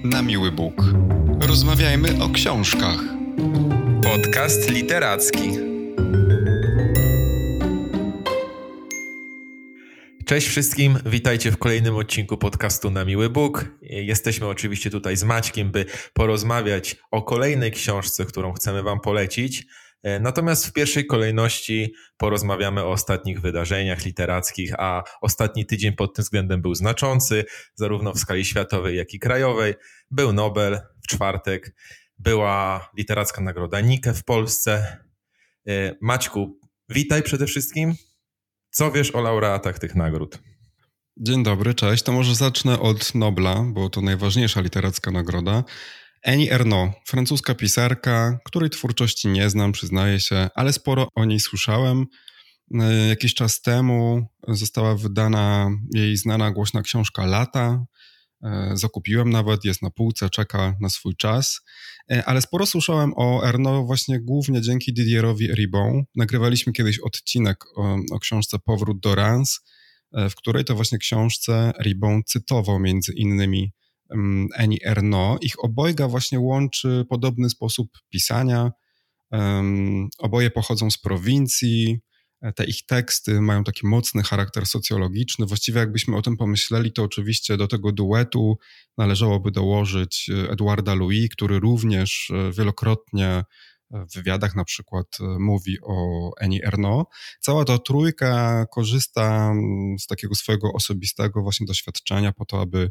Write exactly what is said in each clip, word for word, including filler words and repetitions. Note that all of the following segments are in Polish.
Na miły Bóg. Rozmawiajmy o książkach. Podcast literacki. Cześć wszystkim, witajcie w kolejnym odcinku podcastu Na miły Bóg. Jesteśmy oczywiście tutaj z Maćkiem, by porozmawiać o kolejnej książce, którą chcemy wam polecić. Natomiast w pierwszej kolejności porozmawiamy o ostatnich wydarzeniach literackich, a ostatni tydzień pod tym względem był znaczący, zarówno w skali światowej, jak i krajowej. Był Nobel w czwartek, była Literacka Nagroda Nike w Polsce. Maćku, witaj przede wszystkim. Co wiesz o laureatach tych nagród? Dzień dobry, cześć. To może zacznę od Nobla, bo to najważniejsza literacka nagroda. Annie Ernaux, francuska pisarka, której twórczości nie znam, przyznaję się, ale sporo o niej słyszałem. Jakiś czas temu została wydana jej znana, głośna książka Lata. Zakupiłem nawet, jest na półce, czeka na swój czas. Ale sporo słyszałem o Ernaux właśnie głównie dzięki Didierowi Ribon. Nagrywaliśmy kiedyś odcinek o, o książce Powrót do Reims, w której to właśnie książce Ribon cytował między innymi Annie Ernaux. Ich obojga właśnie łączy podobny sposób pisania. Um, oboje pochodzą z prowincji. Te ich teksty mają taki mocny charakter socjologiczny. Właściwie jakbyśmy o tym pomyśleli, to oczywiście do tego duetu należałoby dołożyć Edwarda Louis, który również wielokrotnie w wywiadach na przykład mówi o Annie Ernaux. Cała ta trójka korzysta z takiego swojego osobistego właśnie doświadczenia po to, aby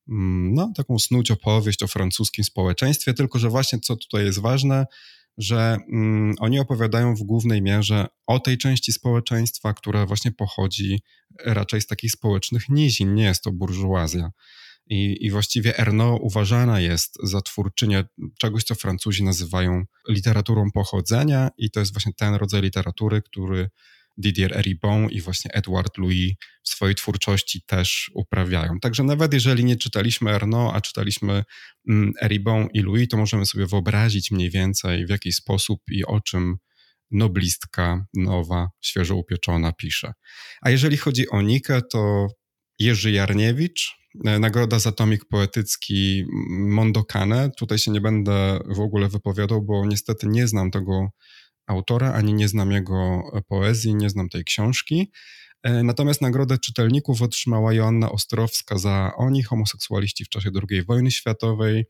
no, taką snuć opowieść o francuskim społeczeństwie, tylko że właśnie co tutaj jest ważne, że mm, oni opowiadają w głównej mierze o tej części społeczeństwa, która właśnie pochodzi raczej z takich społecznych nizin, nie jest to burżuazja. I, i właściwie Ernaux uważana jest za twórczynię czegoś, co Francuzi nazywają literaturą pochodzenia i to jest właśnie ten rodzaj literatury, który Didier Ribon i właśnie Edward Louis w swojej twórczości też uprawiają. Także nawet jeżeli nie czytaliśmy Ernaux, a czytaliśmy mm, Ribon i Louis, to możemy sobie wyobrazić mniej więcej w jaki sposób i o czym noblistka nowa, świeżo upieczona pisze. A jeżeli chodzi o Nikę, to Jerzy Jarniewicz, nagroda za tomik poetycki Mondokane. Tutaj się nie będę w ogóle wypowiadał, bo niestety nie znam tego autora, ani nie znam jego poezji, nie znam tej książki. Natomiast nagrodę czytelników otrzymała Joanna Ostrowska za Oni, homoseksualiści w czasie drugiej wojny światowej.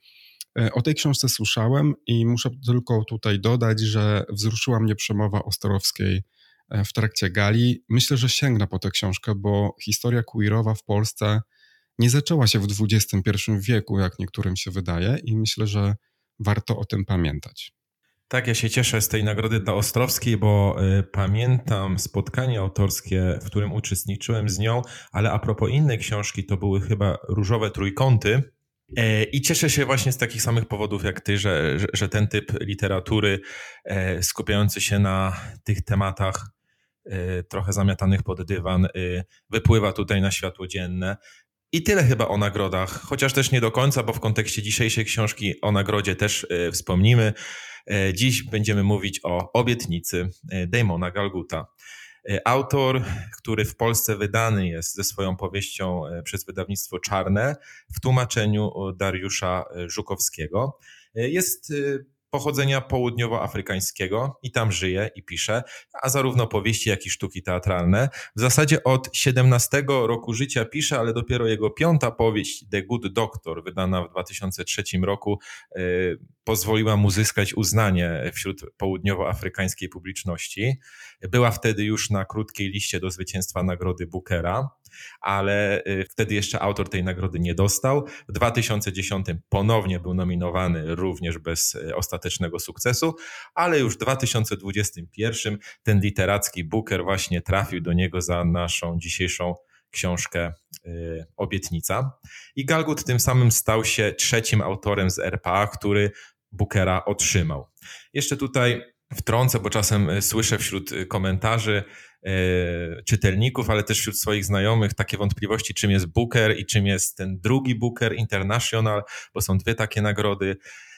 O tej książce słyszałem i muszę tylko tutaj dodać, że wzruszyła mnie przemowa Ostrowskiej w trakcie gali. Myślę, że sięgnę po tę książkę, bo historia queerowa w Polsce nie zaczęła się w dwudziestym pierwszym wieku, jak niektórym się wydaje i myślę, że warto o tym pamiętać. Tak, ja się cieszę z tej nagrody dla Ostrowskiej, bo y, pamiętam spotkanie autorskie, w którym uczestniczyłem z nią, ale a propos innej książki, to były chyba Różowe Trójkąty. Y, I cieszę się właśnie z takich samych powodów jak ty, że, że, że ten typ literatury y, skupiający się na tych tematach y, trochę zamiatanych pod dywan y, wypływa tutaj na światło dzienne. I tyle chyba o nagrodach, chociaż też nie do końca, bo w kontekście dzisiejszej książki o nagrodzie też y, wspomnimy. Y, dziś będziemy mówić o Obietnicy y, Damona Galguta. Y, autor, który w Polsce wydany jest ze swoją powieścią y, przez wydawnictwo Czarne w tłumaczeniu Dariusza Żukowskiego. Y, jest y, pochodzenia południowoafrykańskiego i tam żyje i pisze, a zarówno powieści, jak i sztuki teatralne. W zasadzie od siedemnastego roku życia pisze, ale dopiero jego piąta powieść The Good Doctor, wydana w dwa tysiące trzecim roku, yy, pozwoliła mu zyskać uznanie wśród południowoafrykańskiej publiczności. Była wtedy już na krótkiej liście do zwycięstwa nagrody Bookera, ale wtedy jeszcze autor tej nagrody nie dostał. W dwa tysiące dziesiątym ponownie był nominowany, również bez ostatecznego sukcesu, ale już w dwa tysiące dwudziestym pierwszym ten literacki Booker właśnie trafił do niego za naszą dzisiejszą książkę y, Obietnica. I Galgut tym samym stał się trzecim autorem z R P A, który Bookera otrzymał. Jeszcze tutaj wtrącę, bo czasem słyszę wśród komentarzy yy, czytelników, ale też wśród swoich znajomych takie wątpliwości, czym jest Booker i czym jest ten drugi Booker International, bo są dwie takie nagrody.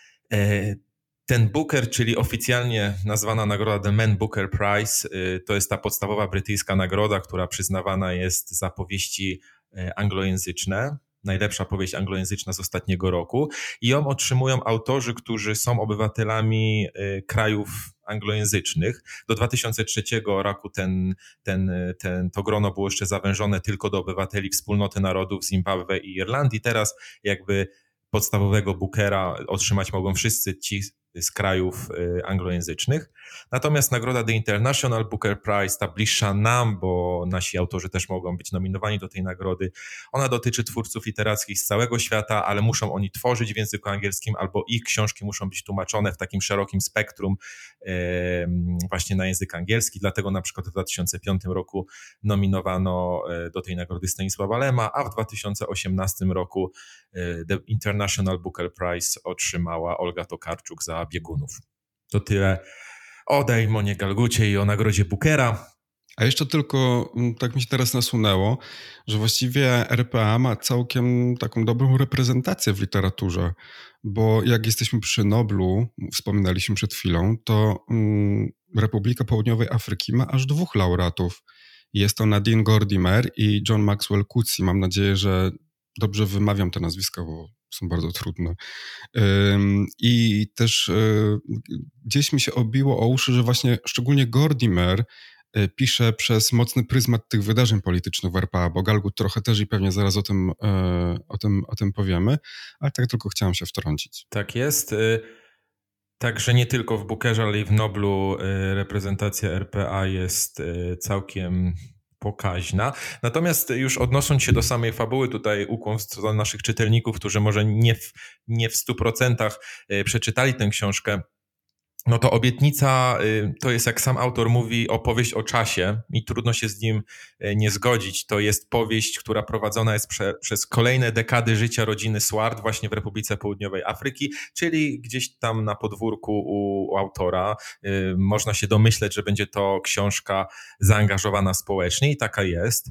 Yy, ten Booker, czyli oficjalnie nazwana nagroda The Man Booker Prize, yy, to jest ta podstawowa brytyjska nagroda, która przyznawana jest za powieści yy, anglojęzyczne. najlepsza powieść anglojęzyczna z ostatniego roku i ją otrzymują autorzy, którzy są obywatelami krajów anglojęzycznych. Do dwa tysiące trzeciego roku ten, ten, ten, to grono było jeszcze zawężone tylko do obywateli Wspólnoty Narodów Zimbabwe i Irlandii. Teraz jakby podstawowego Bookera otrzymać mogą wszyscy ci z krajów anglojęzycznych. Natomiast nagroda The International Booker Prize, ta bliższa nam, bo nasi autorzy też mogą być nominowani do tej nagrody, ona dotyczy twórców literackich z całego świata, ale muszą oni tworzyć w języku angielskim albo ich książki muszą być tłumaczone w takim szerokim spektrum właśnie na język angielski. Dlatego na przykład w dwa tysiące piątym roku nominowano do tej nagrody Stanisława Lema, a w dwa tysiące osiemnastym roku The International Booker Prize otrzymała Olga Tokarczuk za Biegunów. To tyle o Daimonie Galgucie i o nagrodzie Bookera. A jeszcze tylko tak mi się teraz nasunęło, że właściwie R P A ma całkiem taką dobrą reprezentację w literaturze, bo jak jesteśmy przy Noblu, wspominaliśmy przed chwilą, to um, Republika Południowej Afryki ma aż dwóch laureatów. Jest to Nadine Gordimer i John Maxwell Coetzee. Mam nadzieję, że dobrze wymawiam te nazwiska, bo są bardzo trudne. I też gdzieś mi się obiło o uszy, że właśnie szczególnie Gordimer pisze przez mocny pryzmat tych wydarzeń politycznych w R P A, bo Galgut trochę też i pewnie zaraz o tym, o tym, o tym powiemy, ale tak tylko chciałem się wtrącić. Tak jest. Także nie tylko w Bookerze, ale i w Noblu reprezentacja R P A jest całkiem pokaźna. Natomiast już odnosząc się do samej fabuły, tutaj ukłon w stronę naszych czytelników, którzy może nie w, nie w stu procentach przeczytali tę książkę, no to Obietnica to jest, jak sam autor mówi, opowieść o czasie i trudno się z nim nie zgodzić. To jest powieść, która prowadzona jest prze, przez kolejne dekady życia rodziny Swart właśnie w Republice Południowej Afryki, czyli gdzieś tam na podwórku u, u autora. Yy, można się domyśleć, że będzie to książka zaangażowana społecznie i taka jest.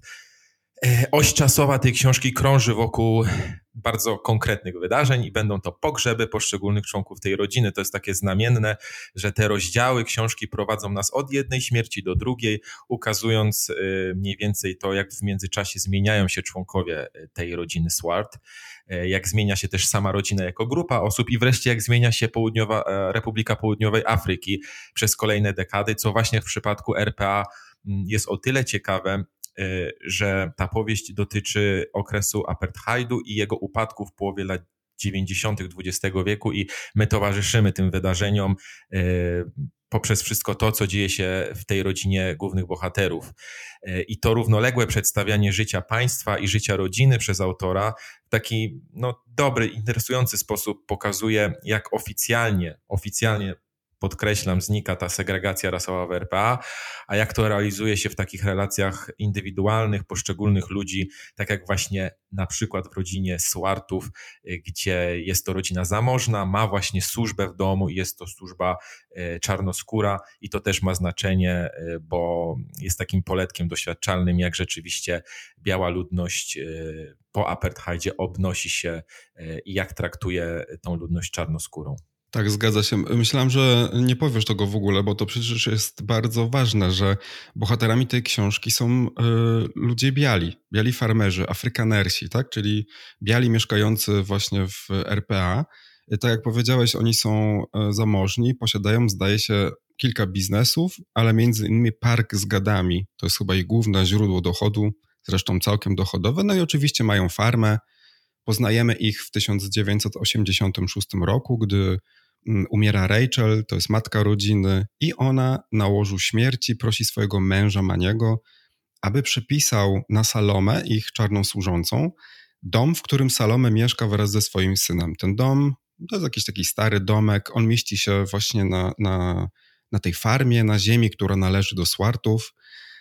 Oś czasowa tej książki krąży wokół bardzo konkretnych wydarzeń i będą to pogrzeby poszczególnych członków tej rodziny. To jest takie znamienne, że te rozdziały książki prowadzą nas od jednej śmierci do drugiej, ukazując mniej więcej to, jak w międzyczasie zmieniają się członkowie tej rodziny Swart, jak zmienia się też sama rodzina jako grupa osób i wreszcie jak zmienia się Południowa, Republika Południowej Afryki przez kolejne dekady, co właśnie w przypadku R P A jest o tyle ciekawe, że ta powieść dotyczy okresu apartheidu i jego upadku w połowie lat dziewięćdziesiątych dwudziestego wieku i my towarzyszymy tym wydarzeniom poprzez wszystko to, co dzieje się w tej rodzinie głównych bohaterów. I to równoległe przedstawianie życia państwa i życia rodziny przez autora w taki no, dobry, interesujący sposób pokazuje, jak oficjalnie, oficjalnie podkreślam, znika ta segregacja rasowa w R P A, a jak to realizuje się w takich relacjach indywidualnych, poszczególnych ludzi, tak jak właśnie na przykład w rodzinie Swartów, gdzie jest to rodzina zamożna, ma właśnie służbę w domu i jest to służba czarnoskóra i to też ma znaczenie, bo jest takim poletkiem doświadczalnym, jak rzeczywiście biała ludność po apartheidzie obnosi się i jak traktuje tą ludność czarnoskórą. Tak, zgadza się. Myślałem, że nie powiesz tego w ogóle, bo to przecież jest bardzo ważne, że bohaterami tej książki są y, ludzie biali, biali farmerzy, afrykanersi, tak? Czyli biali mieszkający właśnie w R P A. I tak jak powiedziałeś, oni są zamożni, posiadają, zdaje się, kilka biznesów, ale między innymi park z gadami. To jest chyba ich główne źródło dochodu, zresztą całkiem dochodowe. No i oczywiście mają farmę. Poznajemy ich w tysiąc dziewięćset osiemdziesiątym szóstym roku, gdy umiera Rachel, to jest matka rodziny i ona na łożu śmierci prosi swojego męża Maniego, aby przypisał na Salomę, ich czarną służącą, dom, w którym Salome mieszka wraz ze swoim synem. Ten dom to jest jakiś taki stary domek, on mieści się właśnie na, na, na tej farmie, na ziemi, która należy do Swartów.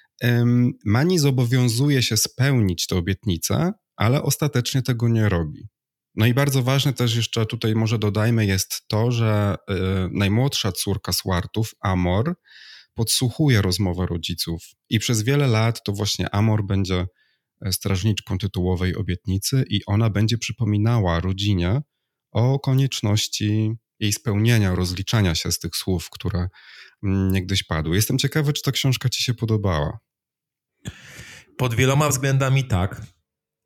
Um, Mani zobowiązuje się spełnić tę obietnicę, ale ostatecznie tego nie robi. No i bardzo ważne też jeszcze tutaj może dodajmy jest to, że y, najmłodsza córka Swartów, Amor, podsłuchuje rozmowę rodziców i przez wiele lat to właśnie Amor będzie strażniczką tytułowej obietnicy i ona będzie przypominała rodzinie o konieczności jej spełnienia, rozliczania się z tych słów, które niegdyś padły. Jestem ciekawy, czy ta książka ci się podobała. Pod wieloma względami tak.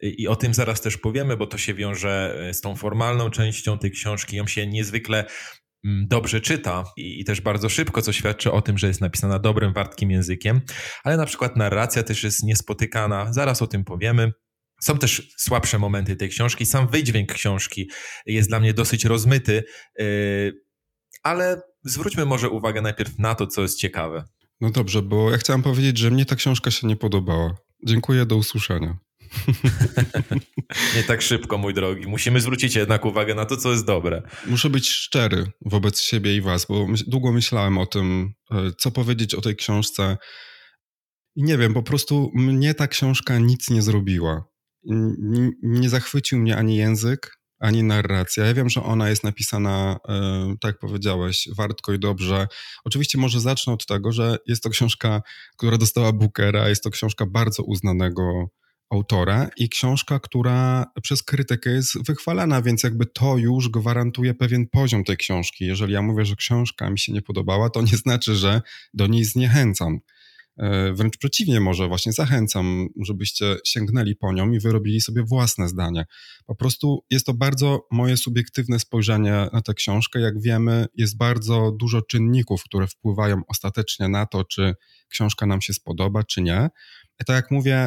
i o tym zaraz też powiemy, bo to się wiąże z tą formalną częścią tej książki. Ją się niezwykle dobrze czyta i też bardzo szybko, co świadczy o tym, że jest napisana dobrym, wartkim językiem, ale na przykład narracja też jest niespotykana, zaraz o tym powiemy. Są też słabsze momenty tej książki, sam wydźwięk książki jest dla mnie dosyć rozmyty, ale zwróćmy może uwagę najpierw na to, co jest ciekawe. No dobrze, bo ja chciałem powiedzieć, że mnie ta książka się nie podobała. Dziękuję, do usłyszenia. Nie tak szybko, mój drogi. Musimy zwrócić jednak uwagę na to, co jest dobre. Muszę być szczery wobec siebie i was, bo długo myślałem o tym, co powiedzieć o tej książce. I nie wiem, po prostu mnie ta książka nic nie zrobiła. Nie, nie zachwycił mnie ani język, ani narracja. Ja wiem, że ona jest napisana, tak jak powiedziałeś, wartko i dobrze. Oczywiście może zacznę od tego, że jest to książka, która dostała Bookera, jest to książka bardzo uznanego autora i książka, która przez krytykę jest wychwalana, więc jakby to już gwarantuje pewien poziom tej książki. Jeżeli ja mówię, że książka mi się nie podobała, to nie znaczy, że do niej zniechęcam. Wręcz przeciwnie, może właśnie zachęcam, żebyście sięgnęli po nią i wyrobili sobie własne zdanie. Po prostu jest to bardzo moje subiektywne spojrzenie na tę książkę. Jak wiemy, jest bardzo dużo czynników, które wpływają ostatecznie na to, czy książka nam się spodoba, czy nie. I tak jak mówię,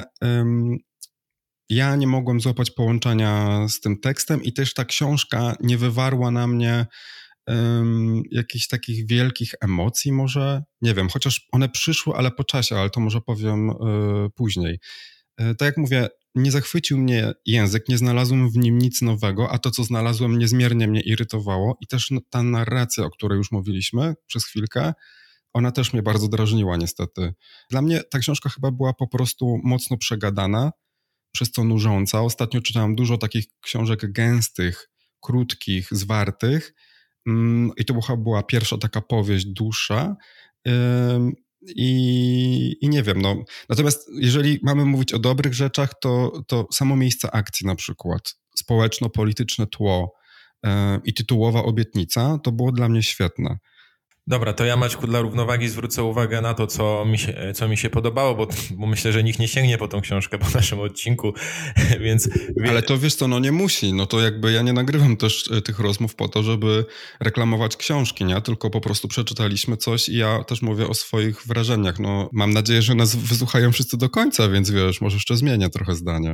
ja nie mogłem złapać połączenia z tym tekstem i też ta książka nie wywarła na mnie um, jakichś takich wielkich emocji może, nie wiem, chociaż one przyszły, ale po czasie, ale to może powiem y, później. Y, tak jak mówię, nie zachwycił mnie język, nie znalazłem w nim nic nowego, a to, co znalazłem, niezmiernie mnie irytowało i też ta narracja, o której już mówiliśmy przez chwilkę, ona też mnie bardzo drażniła niestety. Dla mnie ta książka chyba była po prostu mocno przegadana, przez co nużąca. Ostatnio czytałem dużo takich książek gęstych, krótkich, zwartych i to chyba była pierwsza taka powieść dłuższa i, i nie wiem, no. Natomiast jeżeli mamy mówić o dobrych rzeczach, to, to samo miejsce akcji na przykład, społeczno-polityczne tło i tytułowa obietnica, to było dla mnie świetne. Dobra, to ja, Maćku, dla równowagi zwrócę uwagę na to, co mi się, co mi się podobało, bo, bo myślę, że nikt nie sięgnie po tą książkę po naszym odcinku, więc... Ale to wiesz co, no nie musi, no to jakby ja nie nagrywam też tych rozmów po to, żeby reklamować książki, nie? Tylko po prostu przeczytaliśmy coś i ja też mówię o swoich wrażeniach. No mam nadzieję, że nas wysłuchają wszyscy do końca, więc wiesz, może jeszcze zmienię trochę zdanie.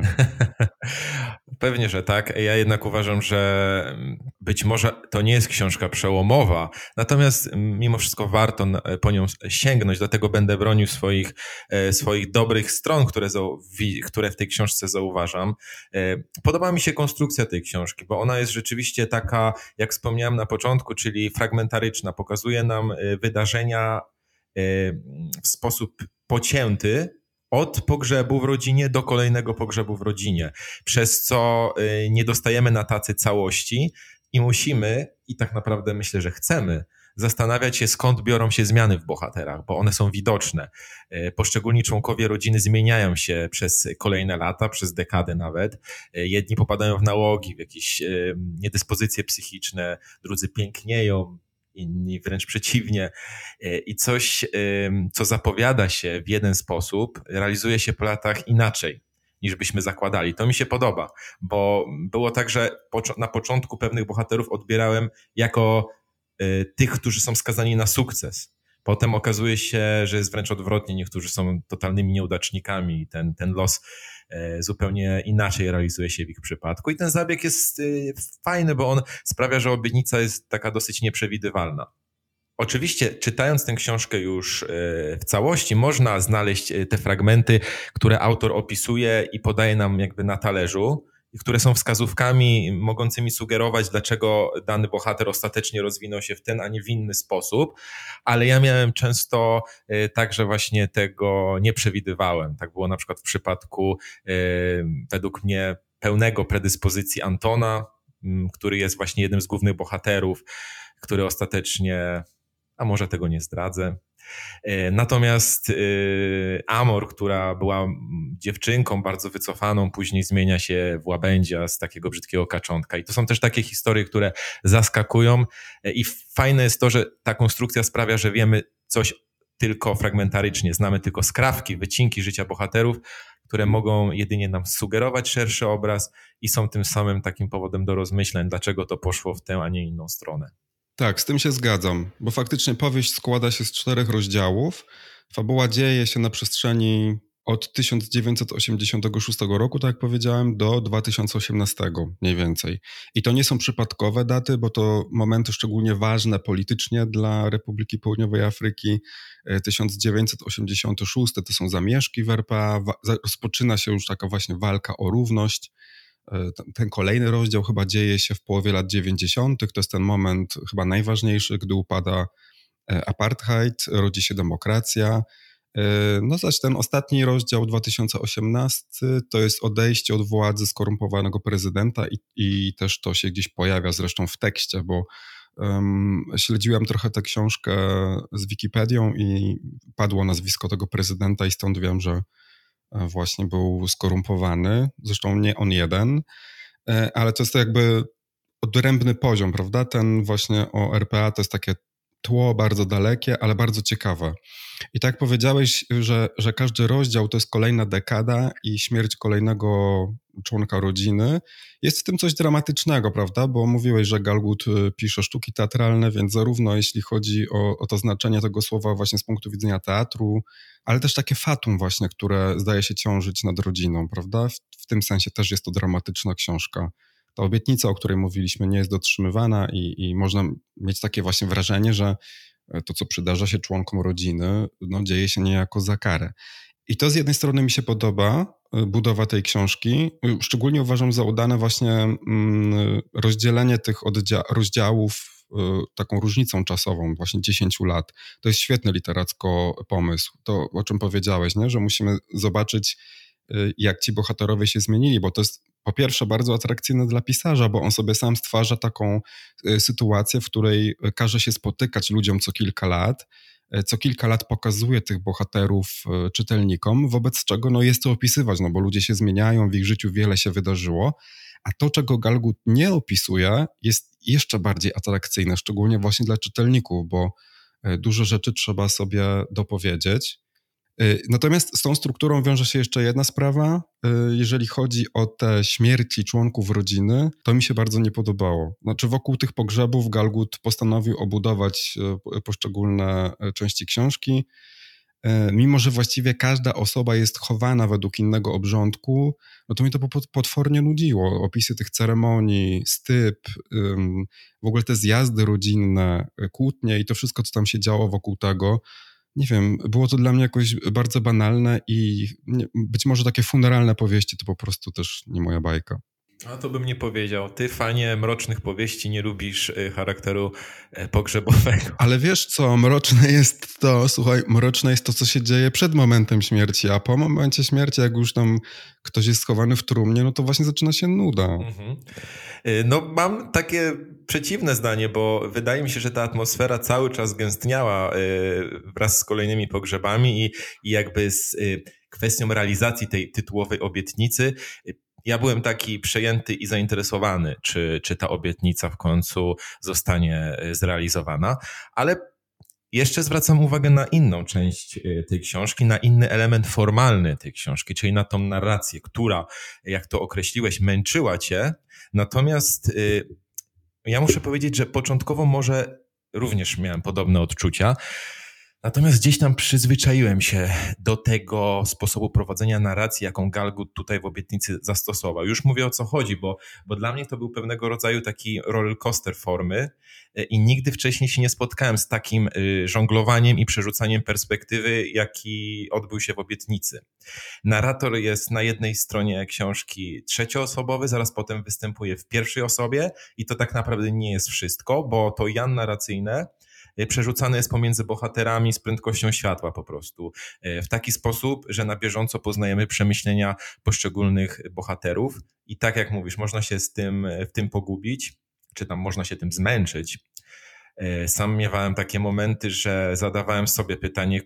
Pewnie, że tak. Ja jednak uważam, że być może to nie jest książka przełomowa, natomiast mimo wszystko warto po nią sięgnąć, dlatego będę bronił swoich, swoich dobrych stron, które, które w tej książce zauważam. Podoba mi się konstrukcja tej książki, bo ona jest rzeczywiście taka, jak wspomniałem na początku, czyli fragmentaryczna. Pokazuje nam wydarzenia w sposób pocięty, od pogrzebu w rodzinie do kolejnego pogrzebu w rodzinie, przez co nie dostajemy na tacy całości i musimy, i tak naprawdę myślę, że chcemy, zastanawiać się, skąd biorą się zmiany w bohaterach, bo one są widoczne. Poszczególni członkowie rodziny zmieniają się przez kolejne lata, przez dekady nawet. Jedni popadają w nałogi, w jakieś niedyspozycje psychiczne, drudzy pięknieją, inni wręcz przeciwnie. I coś, co zapowiada się w jeden sposób, realizuje się po latach inaczej, niż byśmy zakładali. To mi się podoba, bo było tak, że na początku pewnych bohaterów odbierałem jako tych, którzy są skazani na sukces. Potem okazuje się, że jest wręcz odwrotnie. Niektórzy są totalnymi nieudacznikami i ten, ten los zupełnie inaczej realizuje się w ich przypadku. I ten zabieg jest fajny, bo on sprawia, że obietnica jest taka dosyć nieprzewidywalna. Oczywiście, czytając tę książkę już w całości, można znaleźć te fragmenty, które autor opisuje i podaje nam jakby na talerzu, które są wskazówkami mogącymi sugerować, dlaczego dany bohater ostatecznie rozwinął się w ten, a nie w inny sposób, ale ja miałem często tak, że właśnie tego nie przewidywałem. Tak było na przykład w przypadku według mnie pełnego predyspozycji Antona, który jest właśnie jednym z głównych bohaterów, który ostatecznie, a może tego nie zdradzę. Natomiast Amor, która była dziewczynką bardzo wycofaną, później zmienia się w łabędzia z takiego brzydkiego kaczątka. I to są też takie historie, które zaskakują i fajne jest to, że ta konstrukcja sprawia, że wiemy coś tylko fragmentarycznie, znamy tylko skrawki, wycinki życia bohaterów, które mogą jedynie nam sugerować szerszy obraz i są tym samym takim powodem do rozmyśleń, dlaczego to poszło w tę, a nie inną stronę. Tak, z tym się zgadzam, bo faktycznie powieść składa się z czterech rozdziałów. Fabuła dzieje się na przestrzeni od tysiąc dziewięćset osiemdziesiątego szóstego roku, tak jak powiedziałem, do dwa tysiące osiemnastego mniej więcej. I to nie są przypadkowe daty, bo to momenty szczególnie ważne politycznie dla Republiki Południowej Afryki. tysiąc dziewięćset osiemdziesiąty szósty to są zamieszki w R P A, rozpoczyna się już taka właśnie walka o równość. Ten kolejny rozdział chyba dzieje się w połowie lat dziewięćdziesiątych. To jest ten moment chyba najważniejszy, gdy upada apartheid, rodzi się demokracja. No zaś ten ostatni rozdział, dwa tysiące osiemnasty, to jest odejście od władzy skorumpowanego prezydenta i, i też to się gdzieś pojawia zresztą w tekście, bo um, śledziłem trochę tę książkę z Wikipedią i padło nazwisko tego prezydenta i stąd wiem, że właśnie był skorumpowany, zresztą nie on jeden, ale to jest to jakby odrębny poziom, prawda? Ten właśnie o R P A to jest takie tło bardzo dalekie, ale bardzo ciekawe. I tak powiedziałeś, że, że każdy rozdział to jest kolejna dekada i śmierć kolejnego członka rodziny. Jest w tym coś dramatycznego, prawda? Bo mówiłeś, że Galgut pisze sztuki teatralne, więc zarówno jeśli chodzi o, o to znaczenie tego słowa właśnie z punktu widzenia teatru, ale też takie fatum właśnie, które zdaje się ciążyć nad rodziną, prawda? W, w tym sensie też jest to dramatyczna książka. Ta obietnica, o której mówiliśmy, nie jest dotrzymywana i, i można mieć takie właśnie wrażenie, że to, co przydarza się członkom rodziny, no, dzieje się niejako za karę. I to z jednej strony mi się podoba, budowa tej książki. Szczególnie uważam za udane właśnie mm, rozdzielenie tych oddzia- rozdziałów y, taką różnicą czasową, właśnie dziesięciu lat. To jest świetny literacko pomysł. To, o czym powiedziałeś, nie? Że musimy zobaczyć, y, jak ci bohaterowie się zmienili, bo to jest po pierwsze bardzo atrakcyjne dla pisarza, bo on sobie sam stwarza taką y, sytuację, w której każe się spotykać ludziom co kilka lat, co kilka lat pokazuje tych bohaterów y, czytelnikom, wobec czego no, jest to opisywać, no bo ludzie się zmieniają, w ich życiu wiele się wydarzyło, a to, czego Galgut nie opisuje, jest jeszcze bardziej atrakcyjne, szczególnie właśnie dla czytelników, bo y, dużo rzeczy trzeba sobie dopowiedzieć. Natomiast z tą strukturą wiąże się jeszcze jedna sprawa. Jeżeli chodzi o te śmierci członków rodziny, to mi się bardzo nie podobało. Znaczy wokół tych pogrzebów Galgut postanowił obudować poszczególne części książki. Mimo że właściwie każda osoba jest chowana według innego obrządku, no to mnie to potwornie nudziło. Opisy tych ceremonii, styp, w ogóle te zjazdy rodzinne, kłótnie i to wszystko, co tam się działo wokół tego. Nie wiem, było to dla mnie jakoś bardzo banalne i nie, być może takie funeralne powieści to po prostu też nie moja bajka. A to bym nie powiedział. Ty, fanie mrocznych powieści, nie lubisz charakteru pogrzebowego. Ale wiesz co, mroczne jest to, słuchaj, mroczne jest to, co się dzieje przed momentem śmierci, a po momencie śmierci, jak już tam ktoś jest schowany w trumnie, no to właśnie zaczyna się nuda. Mhm. No mam takie przeciwne zdanie, bo wydaje mi się, że ta atmosfera cały czas gęstniała wraz z kolejnymi pogrzebami i, i jakby z kwestią realizacji tej tytułowej obietnicy. Ja byłem taki przejęty i zainteresowany, czy, czy ta obietnica w końcu zostanie zrealizowana, ale jeszcze zwracam uwagę na inną część tej książki, na inny element formalny tej książki, czyli na tą narrację, która, jak to określiłeś, męczyła cię. Natomiast y, ja muszę powiedzieć, że początkowo może również miałem podobne odczucia, natomiast gdzieś tam przyzwyczaiłem się do tego sposobu prowadzenia narracji, jaką Galgut tutaj w obietnicy zastosował. Już mówię, o co chodzi, bo, bo dla mnie to był pewnego rodzaju taki rollercoaster formy i nigdy wcześniej się nie spotkałem z takim żonglowaniem i przerzucaniem perspektywy, jaki odbył się w obietnicy. Narrator jest na jednej stronie książki trzecioosobowy, zaraz potem występuje w pierwszej osobie i to tak naprawdę nie jest wszystko, bo to jan narracyjne przerzucane jest pomiędzy bohaterami z prędkością światła po prostu. W taki sposób, że na bieżąco poznajemy przemyślenia poszczególnych bohaterów i tak jak mówisz, można się z tym, w tym pogubić, czy tam można się tym zmęczyć. Sam miewałem takie momenty, że zadawałem sobie pytanie,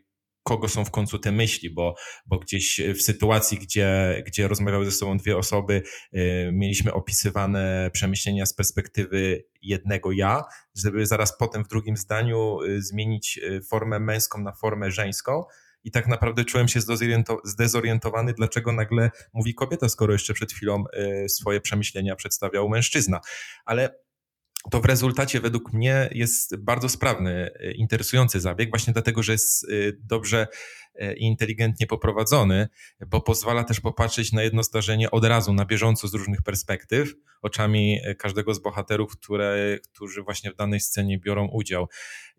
kogo są w końcu te myśli, bo, bo gdzieś w sytuacji, gdzie, gdzie rozmawiały ze sobą dwie osoby, y, mieliśmy opisywane przemyślenia z perspektywy jednego ja, żeby zaraz potem w drugim zdaniu y, zmienić formę męską na formę żeńską. I tak naprawdę czułem się zdezorientowany, dlaczego nagle mówi kobieta, skoro jeszcze przed chwilą y, swoje przemyślenia przedstawiał mężczyzna. Ale to w rezultacie według mnie jest bardzo sprawny, interesujący zabieg, właśnie dlatego, że jest dobrze i inteligentnie poprowadzony, bo pozwala też popatrzeć na jedno zdarzenie od razu, na bieżąco z różnych perspektyw, oczami każdego z bohaterów, które, którzy właśnie w danej scenie biorą udział.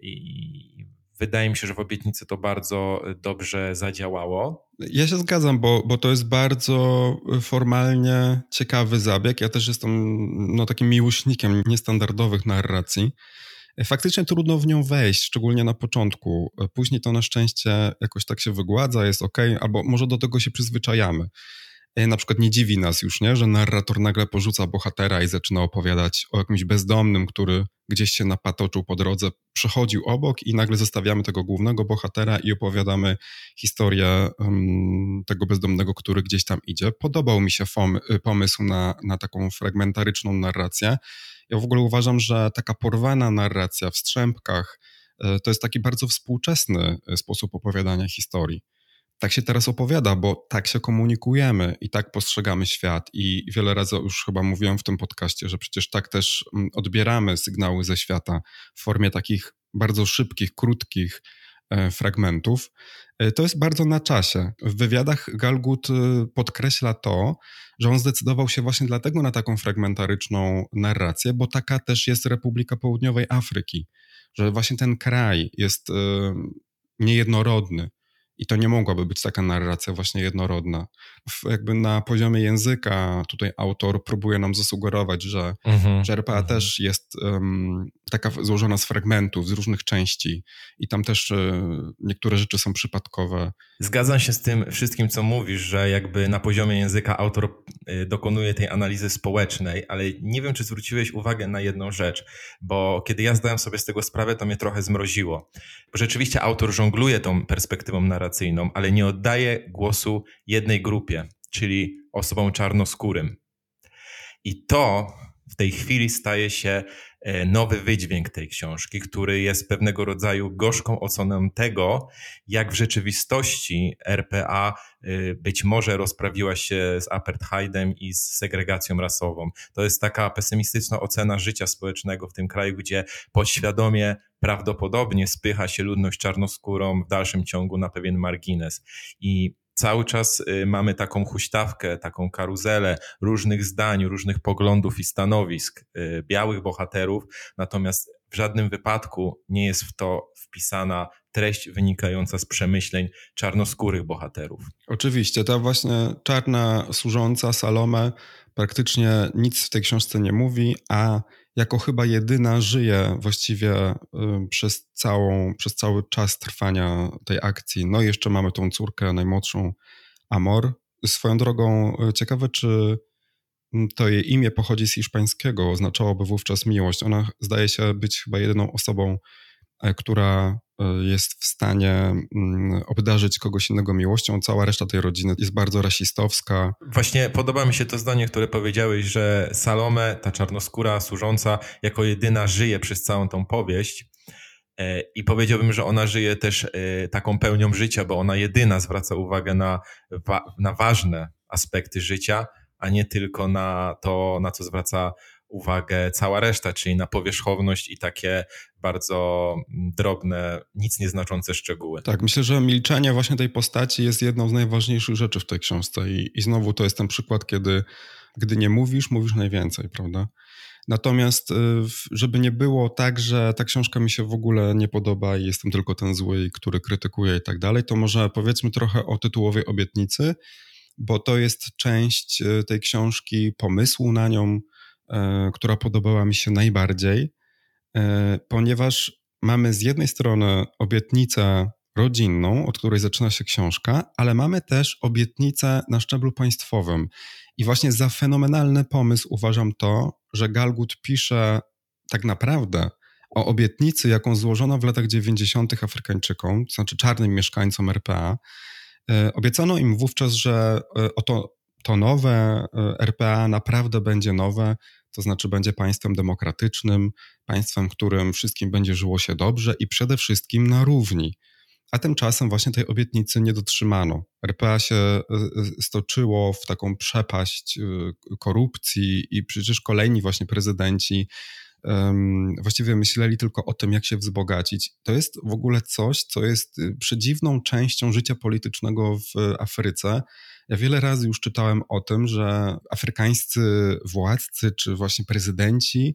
I wydaje mi się, że w Obietnicy to bardzo dobrze zadziałało. Ja się zgadzam, bo, bo to jest bardzo formalnie ciekawy zabieg. Ja też jestem no, takim miłośnikiem niestandardowych narracji. Faktycznie trudno w nią wejść, szczególnie na początku. Później to na szczęście jakoś tak się wygładza, jest okej, albo może do tego się przyzwyczajamy. Na przykład nie dziwi nas już, nie, że narrator nagle porzuca bohatera i zaczyna opowiadać o jakimś bezdomnym, który gdzieś się napatoczył po drodze, przechodził obok i nagle zostawiamy tego głównego bohatera i opowiadamy historię um, tego bezdomnego, który gdzieś tam idzie. Podobał mi się fom, pomysł na, na taką fragmentaryczną narrację. Ja w ogóle uważam, że taka porwana narracja w strzępkach to jest taki bardzo współczesny sposób opowiadania historii. Tak się teraz opowiada, bo tak się komunikujemy i tak postrzegamy świat i wiele razy już chyba mówiłem w tym podcaście, że przecież tak też odbieramy sygnały ze świata w formie takich bardzo szybkich, krótkich fragmentów. To jest bardzo na czasie. W wywiadach Galgut podkreśla to, że on zdecydował się właśnie dlatego na taką fragmentaryczną narrację, bo taka też jest Republika Południowej Afryki, że właśnie ten kraj jest niejednorodny. I to nie mogłaby być taka narracja właśnie jednorodna. Jakby na poziomie języka tutaj autor próbuje nam zasugerować, że, mm-hmm. że R P A mm-hmm. też jest um, taka złożona z fragmentów, z różnych części i tam też um, niektóre rzeczy są przypadkowe. Zgadzam się z tym wszystkim, co mówisz, że jakby na poziomie języka autor dokonuje tej analizy społecznej, ale nie wiem, czy zwróciłeś uwagę na jedną rzecz, bo kiedy ja zdałem sobie z tego sprawę, to mnie trochę zmroziło. Bo rzeczywiście autor żongluje tą perspektywą narracyjną, ale nie oddaje głosu jednej grupie, czyli osobom czarnoskórym. I to w tej chwili staje się nowy wydźwięk tej książki, który jest pewnego rodzaju gorzką oceną tego, jak w rzeczywistości R P A być może rozprawiła się z apartheidem i z segregacją rasową. To jest taka pesymistyczna ocena życia społecznego w tym kraju, gdzie podświadomie prawdopodobnie spycha się ludność czarnoskórą w dalszym ciągu na pewien margines. I cały czas mamy taką huśtawkę, taką karuzelę różnych zdań, różnych poglądów i stanowisk białych bohaterów, natomiast w żadnym wypadku nie jest w to wpisana treść wynikająca z przemyśleń czarnoskórych bohaterów. Oczywiście, ta właśnie czarna służąca Salome praktycznie nic w tej książce nie mówi, a jako chyba jedyna żyje właściwie przez, całą, przez cały czas trwania tej akcji. No i jeszcze mamy tą córkę najmłodszą, Amor. Swoją drogą ciekawe, czy to jej imię pochodzi z hiszpańskiego, oznaczałoby wówczas miłość. Ona zdaje się być chyba jedyną osobą, która jest w stanie obdarzyć kogoś innego miłością. Cała reszta tej rodziny jest bardzo rasistowska. Właśnie podoba mi się to zdanie, które powiedziałeś, że Salome, ta czarnoskóra służąca, jako jedyna żyje przez całą tą powieść. I powiedziałbym, że ona żyje też taką pełnią życia, bo ona jedyna zwraca uwagę na, na ważne aspekty życia, a nie tylko na to, na co zwraca uwagę cała reszta, czyli na powierzchowność i takie bardzo drobne, nic nieznaczące szczegóły. Tak, myślę, że milczenie właśnie tej postaci jest jedną z najważniejszych rzeczy w tej książce i, i znowu to jest ten przykład, kiedy gdy nie mówisz, mówisz najwięcej, prawda? Natomiast żeby nie było tak, że ta książka mi się w ogóle nie podoba i jestem tylko ten zły, który krytykuje i tak dalej, to może powiedzmy trochę o tytułowej Obietnicy, bo to jest część tej książki, pomysłu na nią, która podobała mi się najbardziej, ponieważ mamy z jednej strony obietnicę rodzinną, od której zaczyna się książka, ale mamy też obietnicę na szczeblu państwowym. I właśnie za fenomenalny pomysł uważam to, że Galgut pisze tak naprawdę o obietnicy, jaką złożono w latach dziewięćdziesiątych Afrykańczykom, to znaczy czarnym mieszkańcom R P A. Obiecano im wówczas, że oto to nowe R P A naprawdę będzie nowe, to znaczy będzie państwem demokratycznym, państwem, w którym wszystkim będzie żyło się dobrze i przede wszystkim na równi. A tymczasem właśnie tej obietnicy nie dotrzymano. R P A się stoczyło w taką przepaść korupcji i przecież kolejni właśnie prezydenci um, właściwie myśleli tylko o tym, jak się wzbogacić. To jest w ogóle coś, co jest przedziwną częścią życia politycznego w Afryce. Ja wiele razy już czytałem o tym, że afrykańscy władcy czy właśnie prezydenci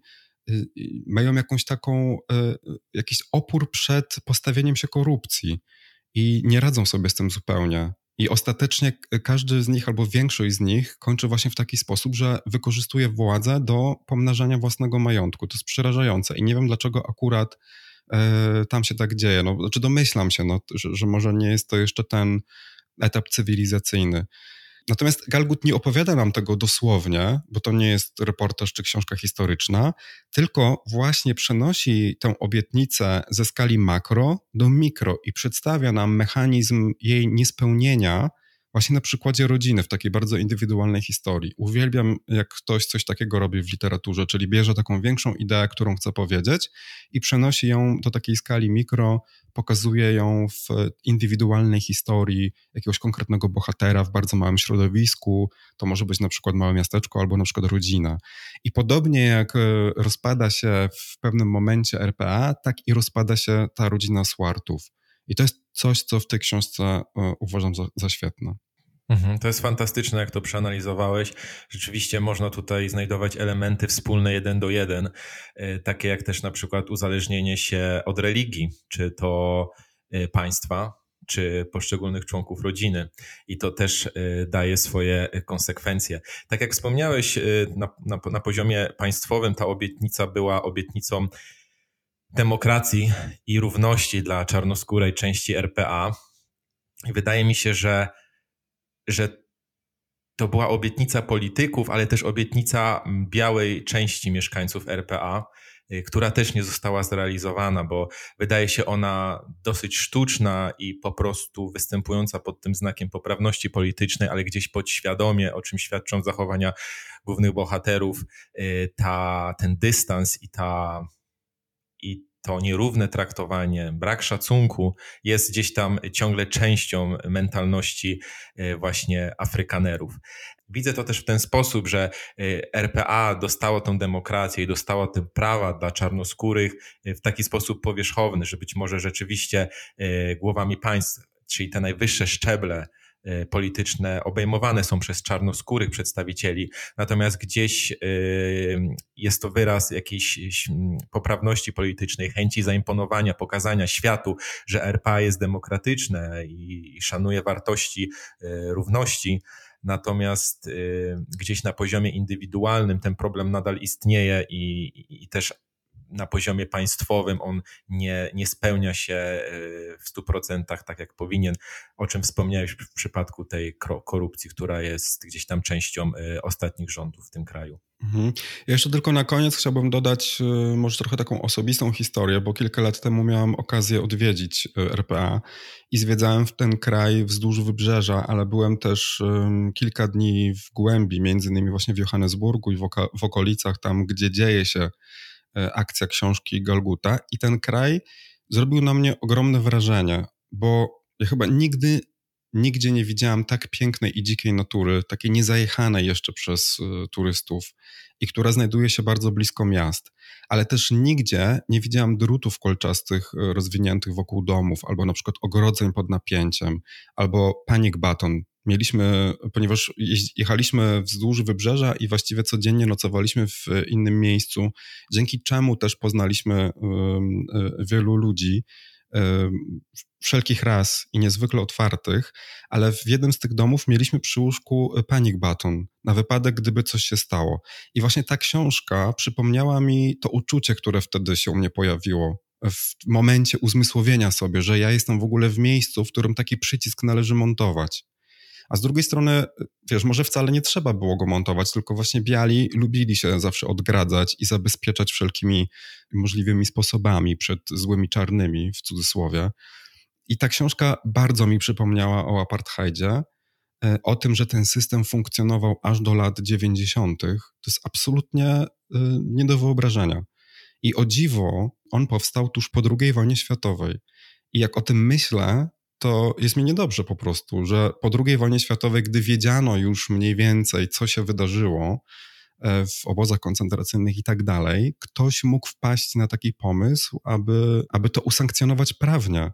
mają jakąś taką, jakiś opór przed postawieniem się korupcji i nie radzą sobie z tym zupełnie. I ostatecznie każdy z nich albo większość z nich kończy właśnie w taki sposób, że wykorzystuje władzę do pomnażania własnego majątku. To jest przerażające i nie wiem, dlaczego akurat e, tam się tak dzieje. No, znaczy domyślam się, no, że, że może nie jest to jeszcze ten etap cywilizacyjny. Natomiast Galgut nie opowiada nam tego dosłownie, bo to nie jest reportaż czy książka historyczna, tylko właśnie przenosi tę obietnicę ze skali makro do mikro i przedstawia nam mechanizm jej niespełnienia właśnie na przykładzie rodziny w takiej bardzo indywidualnej historii. Uwielbiam, jak ktoś coś takiego robi w literaturze, czyli bierze taką większą ideę, którą chce powiedzieć i przenosi ją do takiej skali mikro, pokazuje ją w indywidualnej historii jakiegoś konkretnego bohatera w bardzo małym środowisku. To może być na przykład małe miasteczko albo na przykład rodzina. I podobnie jak rozpada się w pewnym momencie R P A, tak i rozpada się ta rodzina Swartów. I to jest coś, co w tej książce uważam za, za świetne. Mhm, to jest fantastyczne, jak to przeanalizowałeś. Rzeczywiście można tutaj znajdować elementy wspólne jeden do jeden, takie jak też na przykład uzależnienie się od religii, czy to państwa, czy poszczególnych członków rodziny. I to też daje swoje konsekwencje. Tak jak wspomniałeś, na, na, na poziomie państwowym ta obietnica była obietnicą demokracji i równości dla czarnoskórej części R P A. I wydaje mi się, że, że to była obietnica polityków, ale też obietnica białej części mieszkańców R P A, która też nie została zrealizowana, bo wydaje się ona dosyć sztuczna i po prostu występująca pod tym znakiem poprawności politycznej, ale gdzieś podświadomie, o czym świadczą zachowania głównych bohaterów, ta, ten dystans i ta i to nierówne traktowanie, brak szacunku jest gdzieś tam ciągle częścią mentalności właśnie Afrykanerów. Widzę to też w ten sposób, że R P A dostało tę demokrację i dostało te prawa dla czarnoskórych w taki sposób powierzchowny, że być może rzeczywiście głowami państw, czyli te najwyższe szczeble polityczne obejmowane są przez czarnoskórych przedstawicieli, natomiast gdzieś jest to wyraz jakiejś poprawności politycznej, chęci zaimponowania, pokazania światu, że R P A jest demokratyczne i szanuje wartości równości. Natomiast gdzieś na poziomie indywidualnym ten problem nadal istnieje i, i, i też na poziomie państwowym on nie, nie spełnia się w stu procentach tak jak powinien, o czym wspomniałeś w przypadku tej korupcji, która jest gdzieś tam częścią ostatnich rządów w tym kraju. Mhm. Ja jeszcze tylko na koniec chciałbym dodać może trochę taką osobistą historię, bo kilka lat temu miałem okazję odwiedzić R P A i zwiedzałem w ten kraj wzdłuż wybrzeża, ale byłem też um, kilka dni w głębi, między innymi właśnie w Johannesburgu i w, oka- w okolicach tam, gdzie dzieje się akcja książki Galguta i ten kraj zrobił na mnie ogromne wrażenie, bo ja chyba nigdy, nigdzie nie widziałam tak pięknej i dzikiej natury, takiej niezajechanej jeszcze przez y, turystów i która znajduje się bardzo blisko miast, ale też nigdzie nie widziałam drutów kolczastych y, rozwiniętych wokół domów, albo na przykład ogrodzeń pod napięciem, albo panic button. Mieliśmy, ponieważ jechaliśmy wzdłuż wybrzeża i właściwie codziennie nocowaliśmy w innym miejscu, dzięki czemu też poznaliśmy wielu ludzi wszelkich ras i niezwykle otwartych, ale w jednym z tych domów mieliśmy przy łóżku panic button na wypadek, gdyby coś się stało. I właśnie ta książka przypomniała mi to uczucie, które wtedy się u mnie pojawiło w momencie uzmysłowienia sobie, że ja jestem w ogóle w miejscu, w którym taki przycisk należy montować. A z drugiej strony, wiesz, może wcale nie trzeba było go montować, tylko właśnie biali lubili się zawsze odgradzać i zabezpieczać wszelkimi możliwymi sposobami przed złymi czarnymi, w cudzysłowie. I ta książka bardzo mi przypomniała o apartheidzie, o tym, że ten system funkcjonował aż do lat dziewięćdziesiątych. To jest absolutnie nie do wyobrażenia. I o dziwo, on powstał tuż po drugiej wojnie światowej. I jak o tym myślę, to jest mi niedobrze po prostu, że po drugiej wojnie światowej, gdy wiedziano już mniej więcej, co się wydarzyło w obozach koncentracyjnych i tak dalej, ktoś mógł wpaść na taki pomysł, aby, aby to usankcjonować prawnie.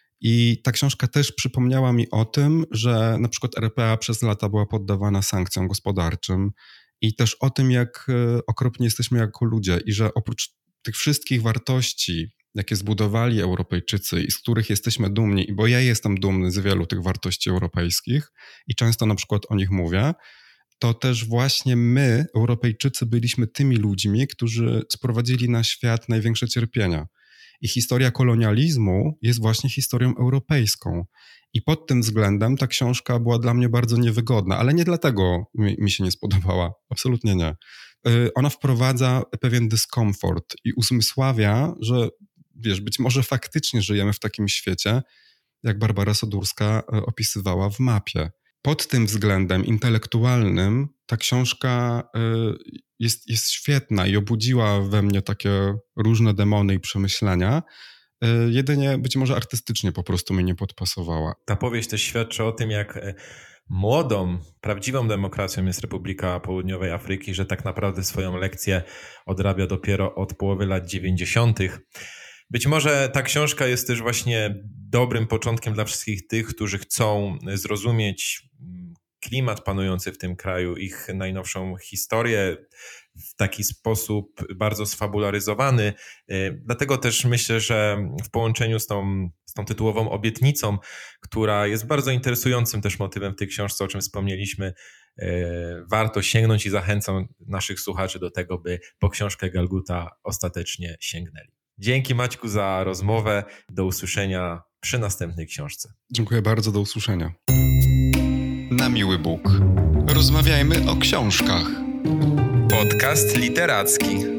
I ta książka też przypomniała mi o tym, że na przykład R P A przez lata była poddawana sankcjom gospodarczym i też o tym, jak okropnie jesteśmy jako ludzie i że oprócz tych wszystkich wartości, jakie zbudowali Europejczycy i z których jesteśmy dumni, bo ja jestem dumny z wielu tych wartości europejskich i często na przykład o nich mówię, to też właśnie my, Europejczycy, byliśmy tymi ludźmi, którzy sprowadzili na świat największe cierpienia. I historia kolonializmu jest właśnie historią europejską. I pod tym względem ta książka była dla mnie bardzo niewygodna, ale nie dlatego mi, mi się nie spodobała. Absolutnie nie. Ona wprowadza pewien dyskomfort i uzmysławia, że wiesz, być może faktycznie żyjemy w takim świecie, jak Barbara Sodurska opisywała w Mapie. Pod tym względem intelektualnym ta książka jest, jest świetna i obudziła we mnie takie różne demony i przemyślenia. Jedynie być może artystycznie po prostu mi nie podpasowała. Ta powieść też świadczy o tym, jak młodą, prawdziwą demokracją jest Republika Południowej Afryki, że tak naprawdę swoją lekcję odrabia dopiero od połowy lat dziewięćdziesiątych. Być może ta książka jest też właśnie dobrym początkiem dla wszystkich tych, którzy chcą zrozumieć klimat panujący w tym kraju, ich najnowszą historię w taki sposób bardzo sfabularyzowany. Dlatego też myślę, że w połączeniu z tą, z tą tytułową obietnicą, która jest bardzo interesującym też motywem w tej książce, o czym wspomnieliśmy, warto sięgnąć i zachęcam naszych słuchaczy do tego, by po książkę Galguta ostatecznie sięgnęli. Dzięki Maćku za rozmowę. Do usłyszenia przy następnej książce. Dziękuję bardzo, do usłyszenia. Na miły Bóg. Rozmawiajmy o książkach. Podcast literacki.